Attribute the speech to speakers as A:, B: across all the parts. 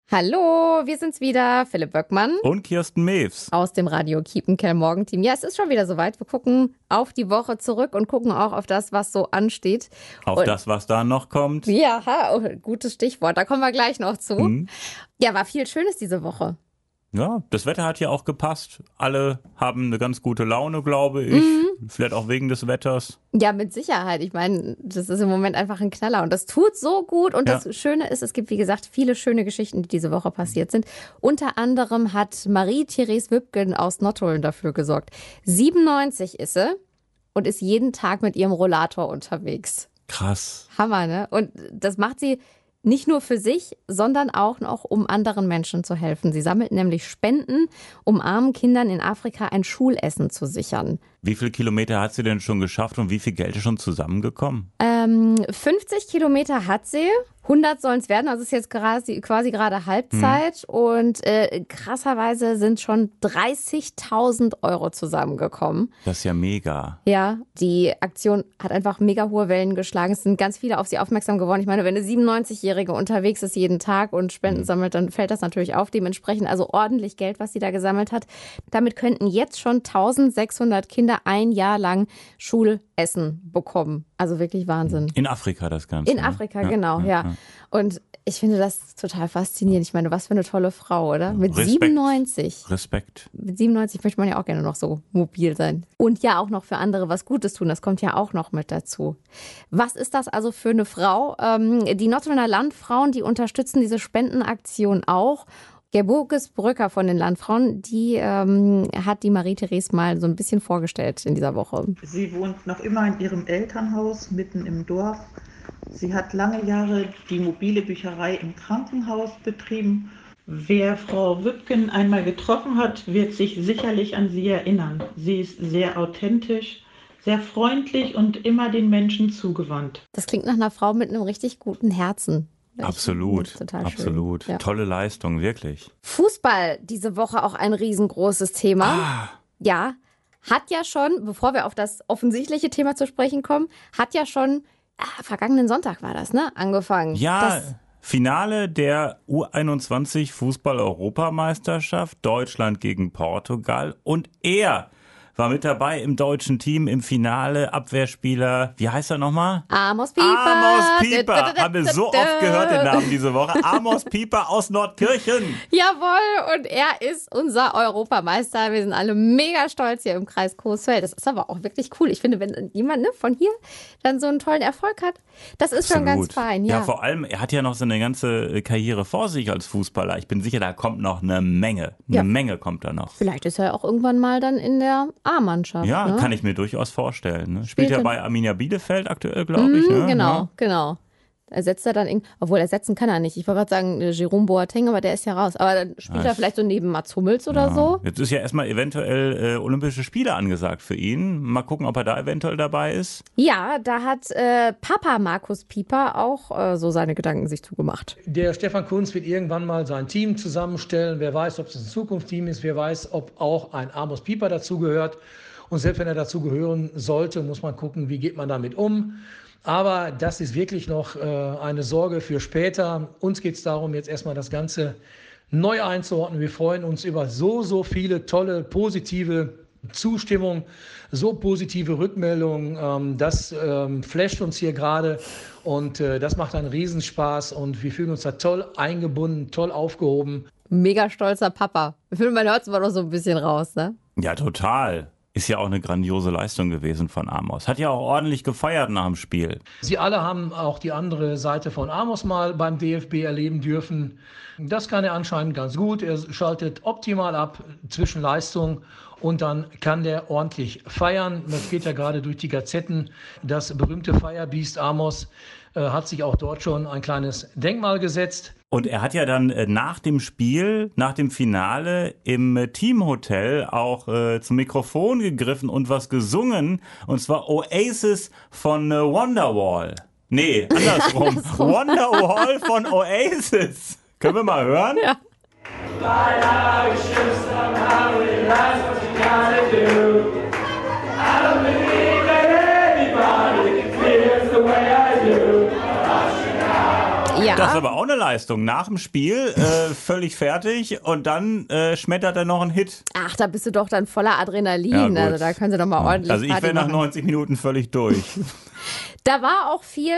A: Hallo, wir sind's wieder, Philipp Böckmann
B: und Kirsten Mews
A: aus dem Radio Kiepenkerl Morgenteam. Ja, es ist schon wieder soweit. Wir gucken auf die Woche zurück und gucken auch auf das, was so ansteht.
B: Auf das, was da noch kommt.
A: Ja, gutes Stichwort. Da kommen wir gleich noch zu. Ja, war viel Schönes diese Woche.
B: Ja, das Wetter hat ja auch gepasst. Alle haben eine ganz gute Laune, glaube ich. Vielleicht auch wegen des Wetters.
A: Ja, mit Sicherheit. Ich meine, das ist im Moment einfach ein Knaller. Und das tut so gut. Und das Schöne ist, es gibt, wie gesagt, viele schöne Geschichten, die diese Woche passiert sind. Unter anderem hat Marie-Therese Wübgen aus Nottuln dafür gesorgt. 97 ist sie und ist jeden Tag mit ihrem Rollator unterwegs.
B: Krass.
A: Hammer, ne? Und das macht sie nicht nur für sich, sondern auch noch, um anderen Menschen zu helfen. Sie sammelt nämlich Spenden, um armen Kindern in Afrika ein Schulessen zu sichern.
B: Wie viele Kilometer hat sie denn schon geschafft und wie viel Geld ist schon zusammengekommen?
A: 50 Kilometer hat sie, 100 sollen es werden, also ist jetzt quasi gerade Halbzeit und krasserweise sind schon 30.000 Euro zusammengekommen.
B: Das ist ja mega.
A: Ja, die Aktion hat einfach mega hohe Wellen geschlagen. Es sind ganz viele auf sie aufmerksam geworden. Ich meine, wenn eine 97-Jährige unterwegs ist jeden Tag und Spenden sammelt, dann fällt das natürlich auf. Dementsprechend also ordentlich Geld, was sie da gesammelt hat. Damit könnten jetzt schon 1.600 Kinder ein Jahr lang Schulessen bekommen. Also wirklich Wahnsinn.
B: In Afrika das Ganze.
A: In Afrika, genau, ja. Und ich finde das total faszinierend. Ich meine, was für eine tolle Frau, oder? Mit
B: Respekt.
A: 97.
B: Respekt.
A: Mit 97 möchte man ja auch gerne noch so mobil sein. Und ja auch noch für andere was Gutes tun. Das kommt ja auch noch mit dazu. Was ist das also für eine Frau? Die Nottulner Landfrauen, die unterstützen diese Spendenaktion auch. Gerburges Brücker von den Landfrauen, die hat die Marie-Therese mal so ein bisschen vorgestellt in dieser Woche.
C: Sie wohnt noch immer in ihrem Elternhaus mitten im Dorf. Sie hat lange Jahre die mobile Bücherei im Krankenhaus betrieben. Wer Frau Wübgen einmal getroffen hat, wird sich sicherlich an sie erinnern. Sie ist sehr authentisch, sehr freundlich und immer den Menschen zugewandt.
A: Das klingt nach einer Frau mit einem richtig guten Herzen.
B: Absolut,
A: total
B: absolut.
A: Schön. Ja.
B: Tolle Leistung, wirklich.
A: Fußball, diese Woche auch ein riesengroßes Thema. Ja, hat ja schon, bevor wir auf das offensichtliche Thema zu sprechen kommen, hat ja schon, vergangenen Sonntag war das, ne, angefangen.
B: Ja, Finale der U21 Fußball-Europameisterschaft, Deutschland gegen Portugal. Und er war mit dabei im deutschen Team im Finale, Abwehrspieler, wie heißt er nochmal?
A: Amos Pieper.
B: Amos Pieper, haben wir so oft gehört den Namen diese Woche. Amos Pieper aus Nordkirchen.
A: Jawohl, und er ist unser Europameister. Wir sind alle mega stolz hier im Kreis Coesfeld. Das ist aber auch wirklich cool. Ich finde, wenn jemand von hier dann so einen tollen Erfolg hat, das ist schon ganz fein. Ja,
B: vor allem, er hat ja noch so eine ganze Karriere vor sich als Fußballer. Ich bin sicher, da kommt noch eine Menge. Eine Menge kommt da noch.
A: Vielleicht ist er auch irgendwann mal dann in der A-Mannschaft.
B: Ja,
A: ne?
B: Kann ich mir durchaus vorstellen. Ne? Spielt ja bei Arminia Bielefeld aktuell, glaube ich. Ne?
A: Genau. Ersetzt er dann obwohl ersetzen kann er nicht. Ich wollte gerade sagen, Jerome Boateng, aber der ist ja raus. Aber dann spielt er vielleicht so neben Mats Hummels oder so.
B: Jetzt ist ja erstmal eventuell Olympische Spiele angesagt für ihn. Mal gucken, ob er da eventuell dabei ist.
A: Ja, da hat Papa Markus Pieper auch so seine Gedanken sich zugemacht.
D: Der Stefan Kuntz wird irgendwann mal sein Team zusammenstellen. Wer weiß, ob es ein Zukunftsteam ist. Wer weiß, ob auch ein Amos Pieper dazugehört. Und selbst wenn er dazu gehören sollte, muss man gucken, wie geht man damit um. Aber das ist wirklich noch eine Sorge für später. Uns geht es darum, jetzt erstmal das Ganze neu einzuordnen. Wir freuen uns über so viele tolle, positive Zustimmung, so positive Rückmeldungen. Das flasht uns hier gerade und das macht einen Riesenspaß und wir fühlen uns da toll eingebunden, toll aufgehoben.
A: Mega stolzer Papa. Ich finde, man hört es immer noch so ein bisschen raus, ne?
B: Ja, total. Ist ja auch eine grandiose Leistung gewesen von Amos. Hat ja auch ordentlich gefeiert nach dem Spiel.
D: Sie alle haben auch die andere Seite von Amos mal beim DFB erleben dürfen. Das kann er anscheinend ganz gut. Er schaltet optimal ab zwischen Leistung und dann kann der ordentlich feiern. Das geht ja gerade durch die Gazetten. Das berühmte Firebeast Amos hat sich auch dort schon ein kleines Denkmal gesetzt.
B: Und er hat ja dann nach dem Spiel, nach dem Finale im Teamhotel auch zum Mikrofon gegriffen und was gesungen. Und zwar Oasis von Wonderwall. Nee, andersrum. Wonderwall von Oasis. Können wir mal hören?
A: Ja. Ja.
B: Das ist aber auch eine Leistung. Nach dem Spiel völlig fertig und dann schmettert er noch einen Hit.
A: Ach, da bist du doch dann voller Adrenalin.
B: Ja, gut.
A: Also da können sie doch mal ordentlich
B: Also ich
A: Party
B: wäre nach
A: machen.
B: 90 Minuten völlig durch.
A: Da war auch viel,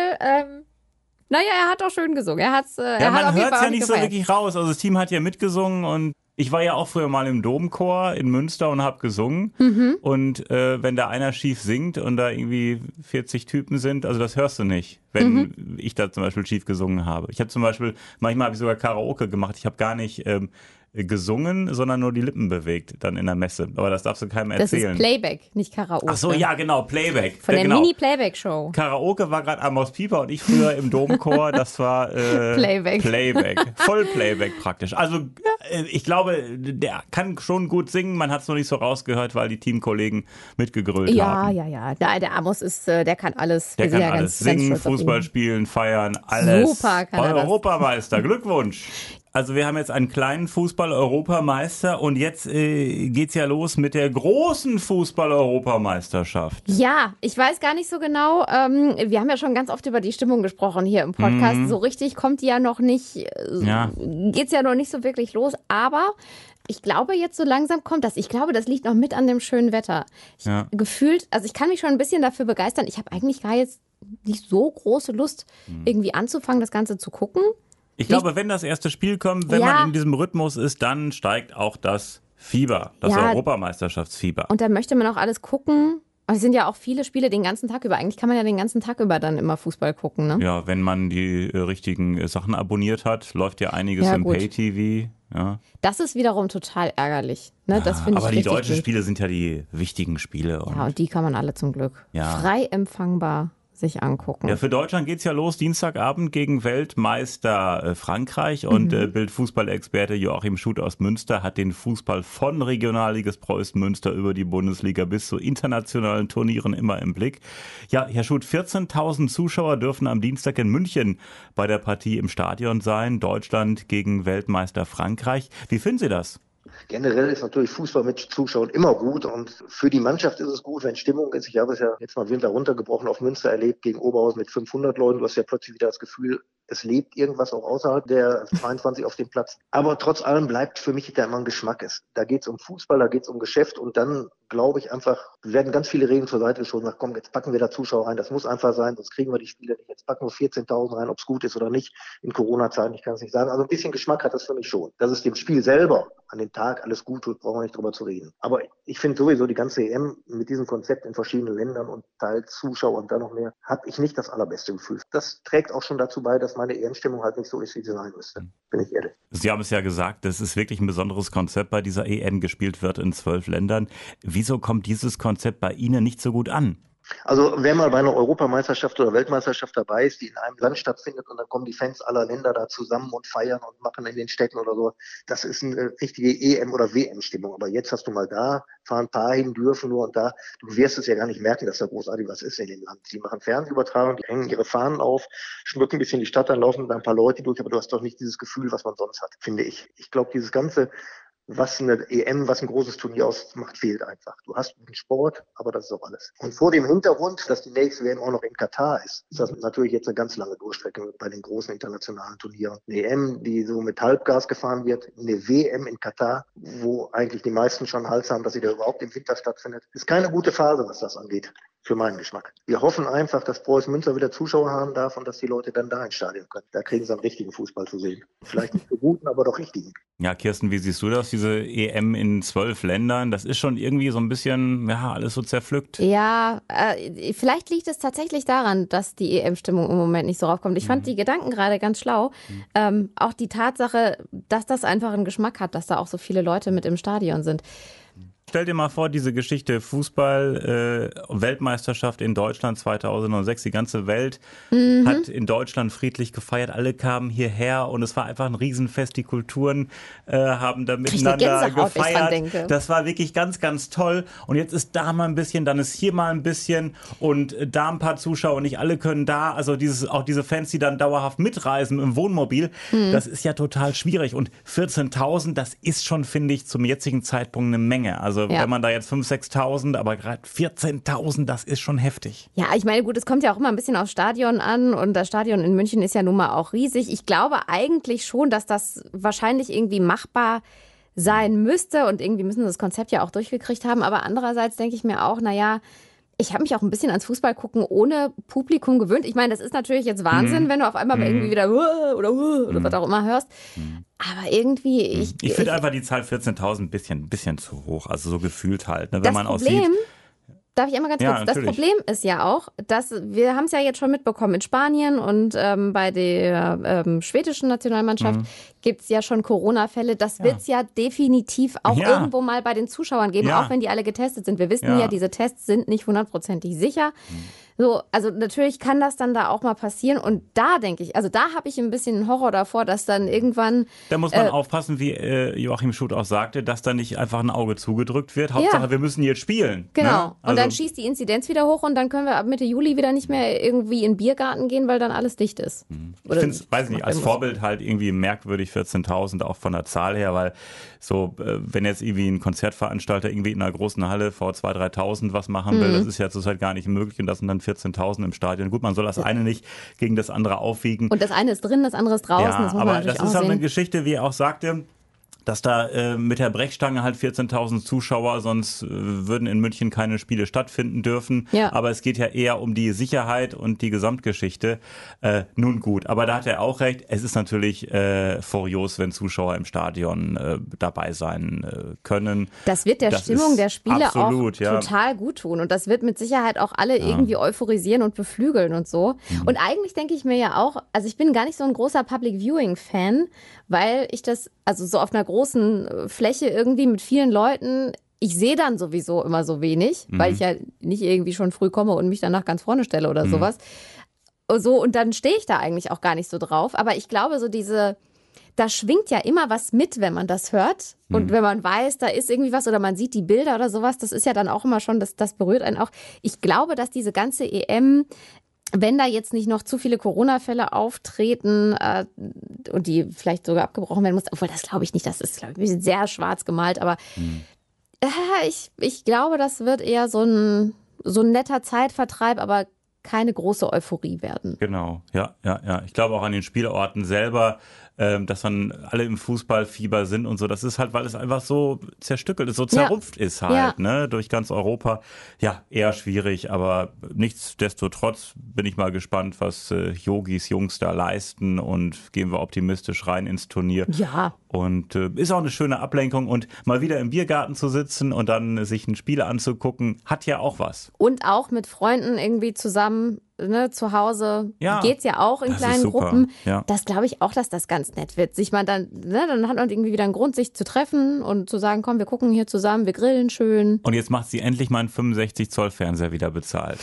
A: naja, er hat auch schön gesungen. Er hat
B: Ja,
A: auf
B: man
A: jeden
B: hört
A: Fall
B: es ja
A: auch
B: nicht so
A: gefeiert.
B: wirklich raus. Also das Team hat ja mitgesungen und ich war ja auch früher mal im Domchor in Münster und habe gesungen. Und wenn da einer schief singt und da irgendwie 40 Typen sind, also das hörst du nicht, wenn ich da zum Beispiel schief gesungen habe. Ich habe zum Beispiel, manchmal habe ich sogar Karaoke gemacht. Ich habe gar nicht gesungen, sondern nur die Lippen bewegt dann in der Messe. Aber das darfst du keinem
A: Das
B: erzählen.
A: ist Playback, nicht Karaoke.
B: Ach so, ja, genau, Playback.
A: Von der
B: genau.
A: Mini-Playback-Show.
B: Karaoke war gerade Amos Pieper und ich früher im Domchor, das war
A: Playback.
B: Voll-Playback praktisch. Also ich glaube, der kann schon gut singen, man hat es noch nicht so rausgehört, weil die Teamkollegen mitgegrölt haben.
A: Ja. Der Amos ist, der kann alles.
B: Der
A: Wir sind
B: kann
A: ja
B: alles
A: ganz
B: singen,
A: stolz auf ihn.
B: Fußball spielen, feiern, alles.
A: Super kann er das.
B: Europameister, Glückwunsch. Also wir haben jetzt einen kleinen Fußball-Europameister und jetzt geht's ja los mit der großen Fußball-Europameisterschaft.
A: Ja, ich weiß gar nicht so genau. Wir haben ja schon ganz oft über die Stimmung gesprochen hier im Podcast. So richtig kommt die ja noch nicht, geht's ja noch nicht so wirklich los. Aber ich glaube, jetzt so langsam kommt das. Ich glaube, das liegt noch mit an dem schönen Wetter. Gefühlt, also ich kann mich schon ein bisschen dafür begeistern. Ich habe eigentlich gar jetzt nicht so große Lust, irgendwie anzufangen, das Ganze zu gucken.
B: Ich glaube, wenn das erste Spiel kommt, wenn man in diesem Rhythmus ist, dann steigt auch das Fieber, das Europameisterschaftsfieber.
A: Und dann möchte man auch alles gucken. Aber es sind ja auch viele Spiele den ganzen Tag über. Eigentlich kann man ja den ganzen Tag über dann immer Fußball gucken, ne?
B: Ja, wenn man die richtigen Sachen abonniert hat, läuft ja einiges im
A: gut.
B: Pay-TV. Ja.
A: Das ist wiederum total ärgerlich. Ne? Das finde ich
B: Aber die
A: richtig
B: deutschen
A: blöd.
B: Spiele sind ja die wichtigen Spiele.
A: Ja, und die kann man alle zum Glück frei empfangbar sich angucken.
B: Ja, für Deutschland geht's ja los, Dienstagabend gegen Weltmeister Frankreich und Bildfußballexperte Joachim Schutt aus Münster hat den Fußball von Regionalliga Preußen Münster über die Bundesliga bis zu internationalen Turnieren immer im Blick. Ja, Herr Schutt, 14.000 Zuschauer dürfen am Dienstag in München bei der Partie im Stadion sein. Deutschland gegen Weltmeister Frankreich. Wie finden Sie das?
E: Generell ist natürlich Fußball mit Zuschauern immer gut und für die Mannschaft ist es gut, wenn Stimmung ist. Ich habe es ja jetzt mal Winter runtergebrochen auf Münster erlebt gegen Oberhausen mit 500 Leuten. Du hast ja plötzlich wieder das Gefühl, es lebt irgendwas auch außerhalb der 22 auf dem Platz. Aber trotz allem bleibt für mich da immer ein Geschmack. Da geht es um Fußball, da geht es um Geschäft und dann glaube ich einfach, werden ganz viele Regeln zur Seite geschoben. Sagt, komm, jetzt packen wir da Zuschauer rein. Das muss einfach sein, sonst kriegen wir die Spiele nicht. Jetzt packen wir 14.000 rein, ob es gut ist oder nicht. In Corona-Zeiten, ich kann es nicht sagen. Also ein bisschen Geschmack hat das für mich schon. Dass es dem Spiel selber an dem Tag alles gut tut, brauchen wir nicht drüber zu reden. Aber ich finde sowieso die ganze EM mit diesem Konzept in verschiedenen Ländern und teils Zuschauer und dann noch mehr, habe ich nicht das allerbeste Gefühl. Das trägt auch schon dazu bei, dass meine EM-Stimmung halt nicht so ist, wie sie sein müsste. Bin ich ehrlich.
B: Sie haben es ja gesagt, das ist wirklich ein besonderes Konzept bei dieser EM, gespielt wird in 12 Ländern. Wieso kommt dieses Konzept bei Ihnen nicht so gut an?
E: Also wer mal bei einer Europameisterschaft oder Weltmeisterschaft dabei ist, die in einem Land stattfindet und dann kommen die Fans aller Länder da zusammen und feiern und machen in den Städten oder so, das ist eine richtige EM- oder WM-Stimmung. Aber jetzt hast du mal da, fahren ein paar hin, dürfen nur und da. Du wirst es ja gar nicht merken, dass da großartig was ist in dem Land. Die machen Fernsehübertragung, die hängen ihre Fahnen auf, schmücken ein bisschen die Stadt, dann laufen da ein paar Leute durch, aber du hast doch nicht dieses Gefühl, was man sonst hat, finde ich. Ich glaube, dieses ganze was eine EM, was ein großes Turnier ausmacht, fehlt einfach. Du hast guten Sport, aber das ist auch alles. Und vor dem Hintergrund, dass die nächste WM auch noch in Katar ist das natürlich jetzt eine ganz lange Durchstrecke bei den großen internationalen Turnieren. Eine EM, die so mit Halbgas gefahren wird, eine WM in Katar, wo eigentlich die meisten schon Hals haben, dass sie da überhaupt im Winter stattfindet, ist keine gute Phase, was das angeht. Für meinen Geschmack. Wir hoffen einfach, dass Preußen Münster wieder Zuschauer haben darf und dass die Leute dann da ins Stadion können. Da kriegen sie einen richtigen Fußball zu sehen. Vielleicht nicht so guten, aber doch richtigen.
B: Ja, Kirsten, wie siehst du das, diese EM in 12 Ländern? Das ist schon irgendwie so ein bisschen, alles so zerpflückt.
A: Ja, vielleicht liegt es tatsächlich daran, dass die EM-Stimmung im Moment nicht so raufkommt. Ich fand die Gedanken gerade ganz schlau. Auch die Tatsache, dass das einfach einen Geschmack hat, dass da auch so viele Leute mit im Stadion sind.
B: Stell dir mal vor, diese Geschichte Fußball, Weltmeisterschaft in Deutschland 2006. Die ganze Welt hat in Deutschland friedlich gefeiert. Alle kamen hierher und es war einfach ein Riesenfest. Die Kulturen haben da miteinander gefeiert. Das war wirklich ganz, ganz toll. Und jetzt ist da mal ein bisschen, dann ist hier mal ein bisschen und da ein paar Zuschauer. Nicht alle können da. Also auch diese Fans, die dann dauerhaft mitreisen im Wohnmobil, das ist ja total schwierig. Und 14.000, das ist schon, finde ich, zum jetzigen Zeitpunkt eine Menge. Also Also wenn man da jetzt 5.000, 6.000, aber gerade 14.000, das ist schon heftig.
A: Ja, ich meine, gut, es kommt ja auch immer ein bisschen aufs Stadion an und das Stadion in München ist ja nun mal auch riesig. Ich glaube eigentlich schon, dass das wahrscheinlich irgendwie machbar sein müsste und irgendwie müssen sie das Konzept ja auch durchgekriegt haben. Aber andererseits denke ich mir auch, naja, ich habe mich auch ein bisschen ans Fußball gucken ohne Publikum gewöhnt. Ich meine, das ist natürlich jetzt Wahnsinn, wenn du auf einmal irgendwie wieder oder was auch immer hörst. Aber irgendwie...
B: Ich finde einfach die Zahl 14.000 ein bisschen zu hoch. Also so gefühlt halt. Ne? Wenn
A: das
B: man
A: Problem,
B: aussieht...
A: Darf ich einmal ganz kurz? Das Problem ist ja auch, dass wir haben es ja jetzt schon mitbekommen in Spanien und bei der schwedischen Nationalmannschaft gibt es ja schon Corona-Fälle. Das wird es ja definitiv auch irgendwo mal bei den Zuschauern geben, auch wenn die alle getestet sind. Wir wissen ja, diese Tests sind nicht 100%ig sicher. So, also natürlich kann das dann da auch mal passieren und da denke ich, also da habe ich ein bisschen Horror davor, dass dann irgendwann...
B: Da muss man aufpassen, wie Joachim Schutt auch sagte, dass da nicht einfach ein Auge zugedrückt wird. Hauptsache, wir müssen jetzt spielen.
A: Genau,
B: ne? Also,
A: und dann schießt die Inzidenz wieder hoch und dann können wir ab Mitte Juli wieder nicht mehr irgendwie in den Biergarten gehen, weil dann alles dicht ist.
B: Ich finde es, weiß nicht, als Vorbild halt irgendwie merkwürdig 14.000, auch von der Zahl her, weil so, wenn jetzt irgendwie ein Konzertveranstalter irgendwie in einer großen Halle vor 2.000, 3.000 was machen will, das ist ja zurzeit gar nicht möglich und das sind dann 14.000 im Stadion. Gut, man soll das eine nicht gegen das andere aufwiegen.
A: Und das eine ist drin, das andere ist draußen.
B: Ja,
A: das muss
B: aber
A: man natürlich
B: das ist
A: auch
B: halt eine
A: sehen.
B: Geschichte, wie er auch sagte, dass da mit der Brechstange halt 14.000 Zuschauer, sonst würden in München keine Spiele stattfinden dürfen.
A: Ja.
B: Aber es geht ja eher um die Sicherheit und die Gesamtgeschichte. Nun gut, aber da hat er auch recht. Es ist natürlich furios, wenn Zuschauer im Stadion dabei sein können.
A: Das wird der Stimmung der Spiele
B: absolut,
A: auch total gut tun. Und das wird mit Sicherheit auch alle irgendwie euphorisieren und beflügeln und so. Und eigentlich denke ich mir ja auch, also ich bin gar nicht so ein großer Public Viewing Fan, weil ich das, also so auf einer großen Fläche irgendwie mit vielen Leuten, ich sehe dann sowieso immer so wenig, weil ich ja nicht irgendwie schon früh komme und mich danach ganz vorne stelle oder sowas. So, und dann stehe ich da eigentlich auch gar nicht so drauf. Aber ich glaube, so da schwingt ja immer was mit, wenn man das hört. Und wenn man weiß, da ist irgendwie was oder man sieht die Bilder oder sowas, das ist ja dann auch immer schon, das berührt einen auch. Ich glaube, dass diese ganze EM, wenn da jetzt nicht noch zu viele Corona-Fälle auftreten und die vielleicht sogar abgebrochen werden muss, obwohl das glaube ich nicht, das ist, glaube ich, ein bisschen sehr schwarz gemalt, aber ich glaube, das wird eher so ein netter Zeitvertreib, aber keine große Euphorie werden.
B: Genau, ja. Ich glaube auch an den Spielorten selber, dass dann alle im Fußballfieber sind und so. Das ist halt, weil es einfach so zerstückelt ist, so zerrupft ist halt, ne, durch ganz Europa. Ja, eher schwierig, aber nichtsdestotrotz bin ich mal gespannt, was Yogis Jungs da leisten und gehen wir optimistisch rein ins Turnier.
A: Ja.
B: Und ist auch eine schöne Ablenkung und mal wieder im Biergarten zu sitzen und dann sich ein Spiel anzugucken, hat ja auch was.
A: Und auch mit Freunden irgendwie zusammen, ne, zu Hause geht's ja auch in kleinen Gruppen.
B: Ja.
A: Das glaube ich auch, dass das ganz nett wird. Sich mal dann hat man irgendwie wieder einen Grund, sich zu treffen und zu sagen, komm, wir gucken hier zusammen, wir grillen schön.
B: Und jetzt macht sie endlich mal einen 65-Zoll-Fernseher wieder bezahlt.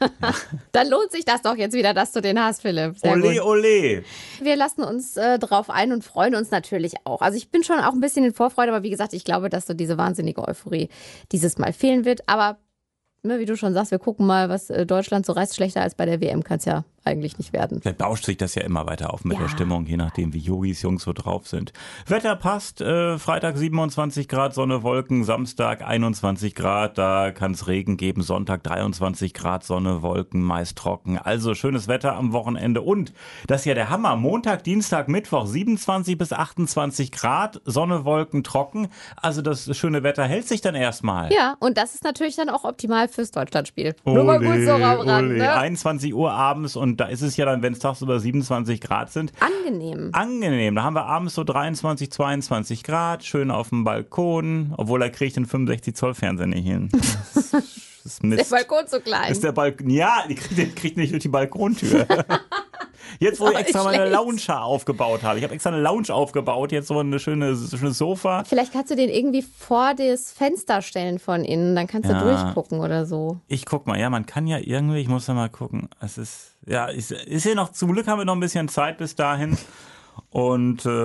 A: Dann lohnt sich das doch jetzt wieder, dass du den hast, Philipp. Sehr
B: Ole,
A: gut.
B: ole!
A: Wir lassen uns drauf ein und freuen uns natürlich auch. Also ich bin schon auch ein bisschen in Vorfreude, aber wie gesagt, ich glaube, dass so diese wahnsinnige Euphorie dieses Mal fehlen wird. Aber wie du schon sagst, wir gucken mal, was Deutschland so reißt. Schlechter als bei der WM kann es ja eigentlich nicht werden.
B: Vielleicht bauscht sich das ja immer weiter auf mit der Stimmung, je nachdem, wie Yogis Jungs so drauf sind. Wetter passt, Freitag 27 Grad, Sonne, Wolken, Samstag 21 Grad, da kann es Regen geben, Sonntag 23 Grad, Sonne, Wolken, meist trocken. Also schönes Wetter am Wochenende und, das ist ja der Hammer, Montag, Dienstag, Mittwoch 27 bis 28 Grad, Sonne, Wolken, trocken. Also das schöne Wetter hält sich dann erstmal.
A: Ja, und das ist natürlich dann auch optimal fürs Deutschlandspiel. Nur mal gut so am Rand, ne?
B: 21 Uhr abends und da ist es ja dann, wenn es tagsüber 27 Grad sind.
A: Angenehm.
B: Angenehm. Da haben wir abends so 23, 22 Grad, schön auf dem Balkon. Obwohl, da kriege ich den 65-Zoll-Fernseher nicht hin. Das ist Mist.
A: Ist der Balkon zu klein?
B: Ist der Balkon? Ja, die kriegt nicht durch die Balkontür. Jetzt, wo ich extra mal eine Lounge aufgebaut habe. Ich habe extra eine Lounge aufgebaut, jetzt so eine schöne Sofa.
A: Vielleicht kannst du den irgendwie vor das Fenster stellen von innen, dann kannst du durchgucken oder so.
B: Ich guck mal, ja, man kann ja irgendwie, ich muss ja mal gucken. Es ist hier noch, zum Glück haben wir noch ein bisschen Zeit bis dahin. Und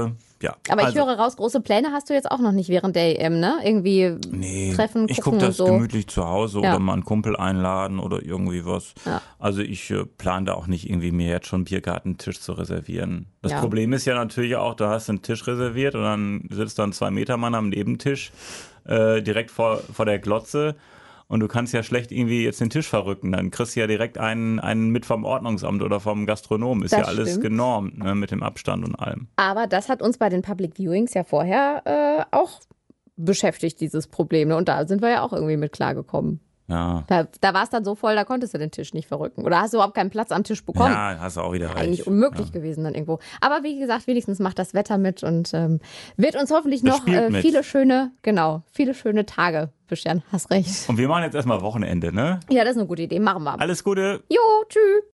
B: ja.
A: Aber ich höre raus, große Pläne hast du jetzt auch noch nicht während der EM, ne? Irgendwie treffen, gucken
B: ich gucke das
A: und so.
B: gemütlich zu Hause oder mal einen Kumpel einladen oder irgendwie was.
A: Ja.
B: Also ich plane da auch nicht irgendwie mir jetzt schon einen Biergartentisch zu reservieren. Das Problem ist ja natürlich auch, du hast einen Tisch reserviert und dann sitzt da ein 2-Meter-Mann am Nebentisch direkt vor der Glotze. Und du kannst ja schlecht irgendwie jetzt den Tisch verrücken. Dann kriegst du ja direkt einen mit vom Ordnungsamt oder vom Gastronomen. Ist
A: Das
B: ja alles
A: stimmt.
B: genormt, ne, mit dem Abstand und allem.
A: Aber das hat uns bei den Public Viewings ja vorher auch beschäftigt, dieses Problem. Ne? Und da sind wir ja auch irgendwie mit klargekommen.
B: Ja.
A: Da war es dann so voll, da konntest du den Tisch nicht verrücken. Oder hast du überhaupt keinen Platz am Tisch bekommen?
B: Ja, hast du auch wieder recht.
A: Eigentlich unmöglich gewesen dann irgendwo. Aber wie gesagt, wenigstens macht das Wetter mit und wird uns hoffentlich
B: Das
A: noch
B: spielt mit.
A: viele schöne Tage bescheren. Hast recht.
B: Und wir machen jetzt erstmal Wochenende, ne?
A: Ja, das ist eine gute Idee. Machen wir.
B: Alles Gute.
A: Jo, tschüss.